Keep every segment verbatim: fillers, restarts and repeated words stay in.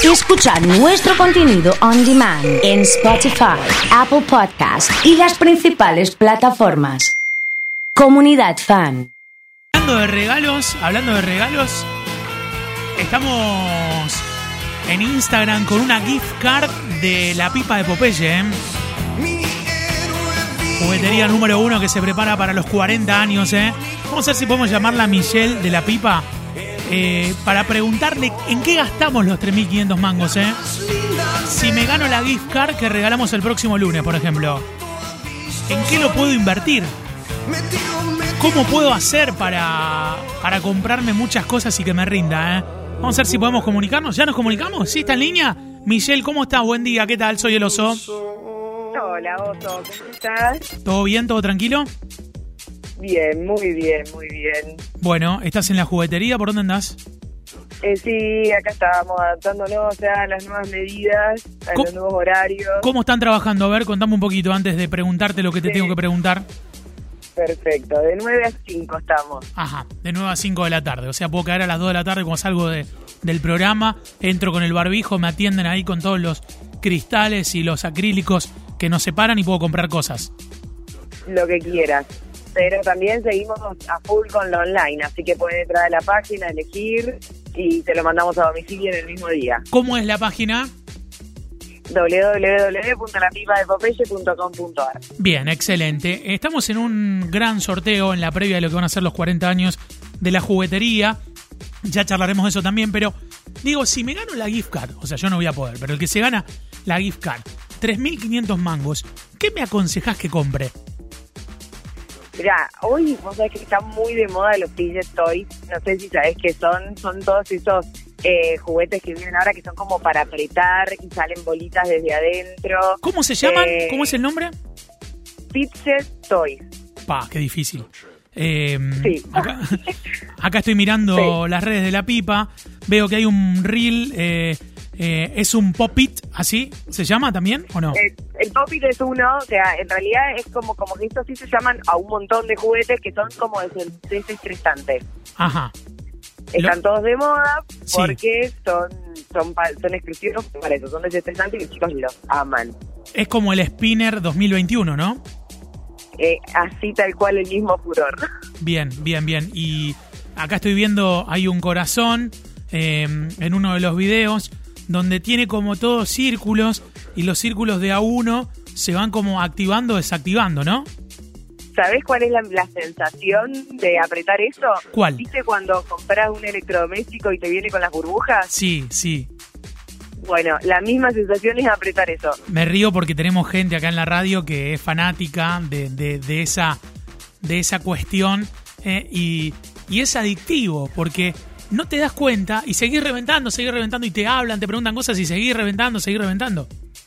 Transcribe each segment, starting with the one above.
y escuchar nuestro contenido on demand en Spotify, Apple Podcast y las principales plataformas. Comunidad Fan. Hablando de regalos, hablando de regalos, estamos en Instagram con una gift card de la pipa de Popeye, ¿eh? Juguetería número uno que se prepara para los cuarenta años, ¿eh? Vamos a ver si podemos llamarla a Michelle de la pipa eh, para preguntarle en qué gastamos los tres mil quinientos mangos, ¿eh? Si me gano la gift card que regalamos el próximo lunes, por ejemplo, ¿en qué lo puedo invertir? ¿Cómo puedo hacer para, para comprarme muchas cosas y que me rinda, eh? Vamos a ver si podemos comunicarnos. ¿Ya nos comunicamos? ¿Sí está en línea? Michelle, ¿cómo estás? Buen día, ¿qué tal? Soy el Oso. Hola, Oso, ¿cómo estás? ¿Todo bien? ¿Todo tranquilo? Bien, muy bien, muy bien. Bueno, ¿estás en la juguetería? ¿Por dónde andás? Eh, sí, acá estábamos adaptándonos ya a las nuevas medidas, a ¿Cómo, los nuevos horarios. ¿Cómo están trabajando? A ver, contame un poquito antes de preguntarte lo que te sí. tengo que preguntar. Perfecto, de nueve a cinco estamos. Ajá, de nueve a cinco de la tarde. O sea, puedo caer a las dos de la tarde cuando salgo de, del programa, entro con el barbijo, me atienden ahí con todos los cristales y los acrílicos que nos separan y puedo comprar cosas. Lo que quieras. Pero también seguimos a full con lo online, así que pueden entrar a la página, elegir y te lo mandamos a domicilio en el mismo día. ¿Cómo es la página? doble u doble u doble u punto la pipa de popeye punto com punto a r. Bien, excelente. Estamos en un gran sorteo en la previa de lo que van a ser los cuarenta años de la juguetería. Ya charlaremos de eso también, pero digo, si me gano la gift card, o sea, yo no voy a poder, pero el que se gana la gift card, tres mil quinientos mangos, ¿qué me aconsejás que compre? Mirá, hoy vos sabés que están muy de moda los fidget toys. No sé si sabés qué son. Son todos esos eh, juguetes que vienen ahora que son como para apretar y salen bolitas desde adentro. ¿Cómo se llaman? Eh, ¿Cómo es el nombre? Fidget toys. Pa, qué difícil. Eh, sí. Acá, acá estoy mirando sí. las redes de la pipa. Veo que hay un reel... Eh, Eh, ¿Es un pop-it así? ¿Se llama también o no? El, el pop-it es uno, o sea, en realidad es como, como que estos sí se llaman a un montón de juguetes que son como desestresantes. Ajá. Están Lo... todos de moda porque sí. son, son, son exclusivos para eso, son desestresantes y los chicos los aman. Es como el Spinner dos mil veintiuno, ¿no? Eh, así tal cual el mismo furor. Bien, bien, bien. Y acá estoy viendo, hay un corazón eh, en uno de los videos donde tiene como todos círculos y los círculos de a uno se van como activando o desactivando, ¿no? ¿Sabés cuál es la, la sensación de apretar eso? ¿Cuál? ¿Viste cuando compras un electrodoméstico y te viene con las burbujas? Sí, sí. Bueno, la misma sensación es apretar eso. Me río porque tenemos gente acá en la radio que es fanática de, de, de, esa, de esa cuestión eh, y, y es adictivo porque... no te das cuenta y seguís reventando, seguís reventando y te hablan, te preguntan cosas y seguís reventando, seguís reventando.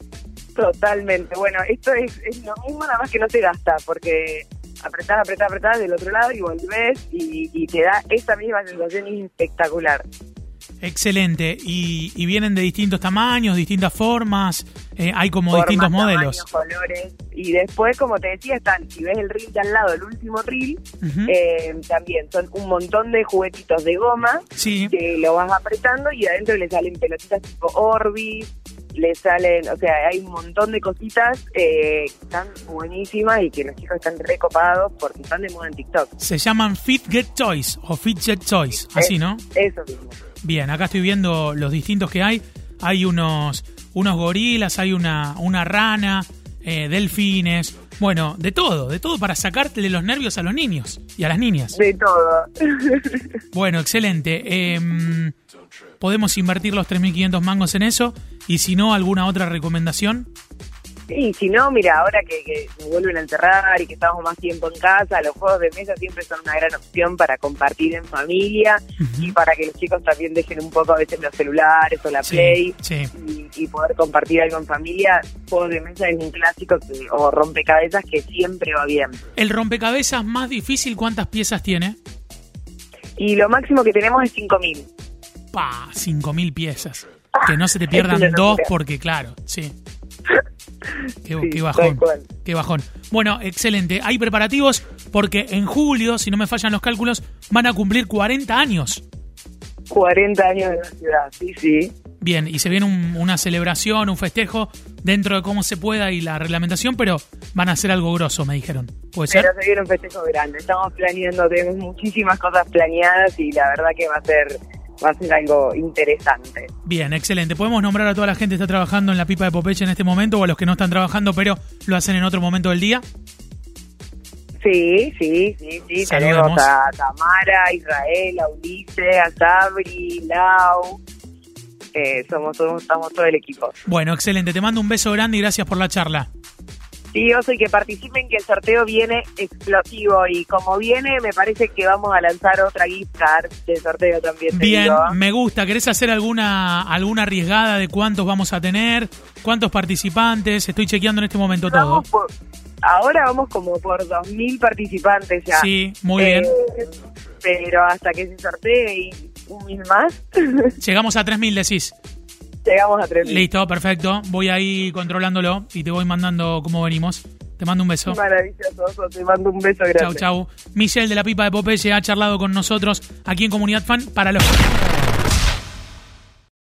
Totalmente. Bueno, esto es, es lo mismo, nada más que no te gasta, porque apretás, apretás, apretás del otro lado y volvés y, y te da esa misma sensación y es espectacular. Excelente. Y, y vienen de distintos tamaños, distintas formas, eh, hay como formas, distintos modelos. Tamaños, colores. Y después, como te decía, están, si ves el reel de al lado, el último reel, uh-huh. eh, también son un montón de juguetitos de goma sí. que lo vas apretando y adentro le salen pelotitas tipo Orbis, le salen, o sea, hay un montón de cositas eh, que están buenísimas y que los chicos están recopados porque están de moda en TikTok. Se llaman Fidget Toys o Fidget Toys, así, es, ¿no? Eso mismo. Bien, acá estoy viendo los distintos que hay. Hay unos, unos gorilas, hay una, una rana, eh, delfines. Bueno, de todo, de todo para sacarte de los nervios a los niños y a las niñas. De todo. Bueno, excelente. Eh, podemos invertir los tres mil quinientos mangos en eso. Y si no, ¿alguna otra recomendación? Sí, si no, mira, ahora que, que se vuelven a encerrar y que estamos más tiempo en casa, los juegos de mesa siempre son una gran opción para compartir en familia uh-huh. y para que los chicos también dejen un poco a veces los celulares o la sí, Play sí. Y, y poder compartir algo en familia. Juegos de mesa es un clásico que, o rompecabezas que siempre va bien. ¿El rompecabezas más difícil cuántas piezas tiene? Y lo máximo que tenemos es cinco mil. Pa, cinco mil piezas. Que no se te pierdan dos porque, claro, sí. Qué, sí, qué bajón, qué bajón. Bueno, excelente. Hay preparativos porque en julio, si no me fallan los cálculos, van a cumplir cuarenta años. cuarenta años de la ciudad, sí, sí. Bien, y se viene un, una celebración, un festejo dentro de cómo se pueda y la reglamentación, pero van a hacer algo grosso, me dijeron. ¿Puede ser? Pero se viene un festejo grande. Estamos planeando, tenemos muchísimas cosas planeadas y la verdad que va a ser va a ser algo interesante. Bien, excelente. ¿Podemos nombrar a toda la gente que está trabajando en la pipa de Popeye en este momento o a los que no están trabajando pero lo hacen en otro momento del día? Sí, sí, sí, sí. Saludemos. Tenemos a Tamara, a Israel, a Ulises, a Sabri, Lau. Eh, somos, somos, estamos todo el equipo. Bueno, excelente. Te mando un beso grande y gracias por la charla. Sí, Oso, y que participen, que el sorteo viene explosivo. Y como viene, me parece que vamos a lanzar otra gift card de sorteo también. Bien, digo. me gusta. ¿Querés hacer alguna alguna arriesgada de cuántos vamos a tener? ¿Cuántos participantes? Estoy chequeando en este momento Vamos todo. por, ahora vamos como por dos mil participantes ya. Sí, muy Eh, bien. Pero hasta que se sortee y un mil más, Llegamos a tres mil, decís. llegamos a tres mil. Listo, perfecto. Voy ahí controlándolo y te voy mandando cómo venimos. Te mando un beso. Maravilloso, Oso, te mando un beso grande. Chau, chau. Michelle de la pipa de Popeye ha charlado con nosotros aquí en Comunidad Fan para los...